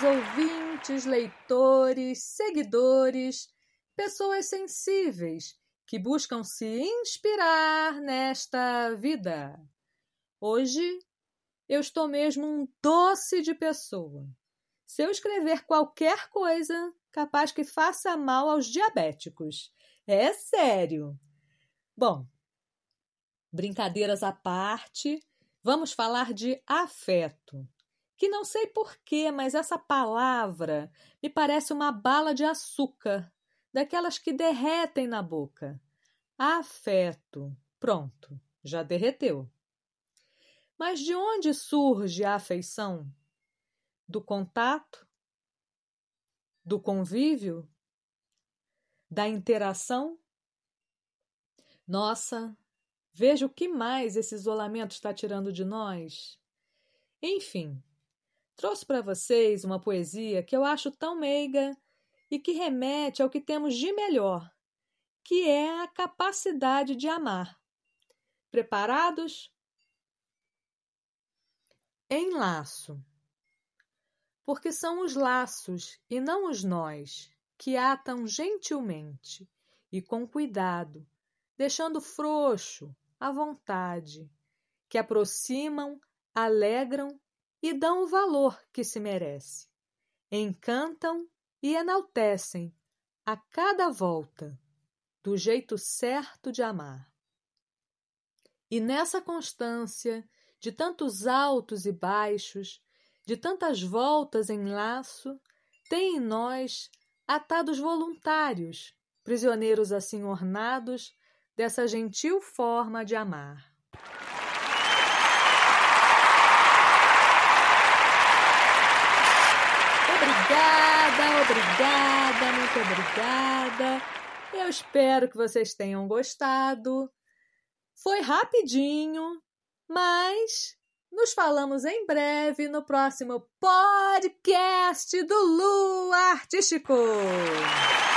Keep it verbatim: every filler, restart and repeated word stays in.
ouvintes, leitores, seguidores, pessoas sensíveis que buscam se inspirar nesta vida. Hoje eu estou mesmo um doce de pessoa. Se eu escrever qualquer coisa, capaz que faça mal aos diabéticos. É sério. Bom, brincadeiras à parte, vamos falar de afeto. Que não sei porquê, mas essa palavra me parece uma bala de açúcar, daquelas que derretem na boca. Afeto. Pronto, já derreteu. Mas de onde surge a afeição? Do contato? Do convívio? Da interação? Nossa, veja o que mais esse isolamento está tirando de nós. Enfim, trouxe para vocês uma poesia que eu acho tão meiga e que remete ao que temos de melhor, que é a capacidade de amar. Preparados? Em laço. Porque são os laços e não os nós que atam gentilmente e com cuidado, deixando frouxo à vontade, que aproximam, alegram e dão o valor que se merece. Encantam e enaltecem a cada volta, do jeito certo de amar. E nessa constância de tantos altos e baixos, de tantas voltas em laço, tem em nós atados voluntários, prisioneiros assim ornados dessa gentil forma de amar. Obrigada, obrigada, muito obrigada. Eu espero que vocês tenham gostado. Foi rapidinho, mas nos falamos em breve no próximo podcast do Lu Artístico.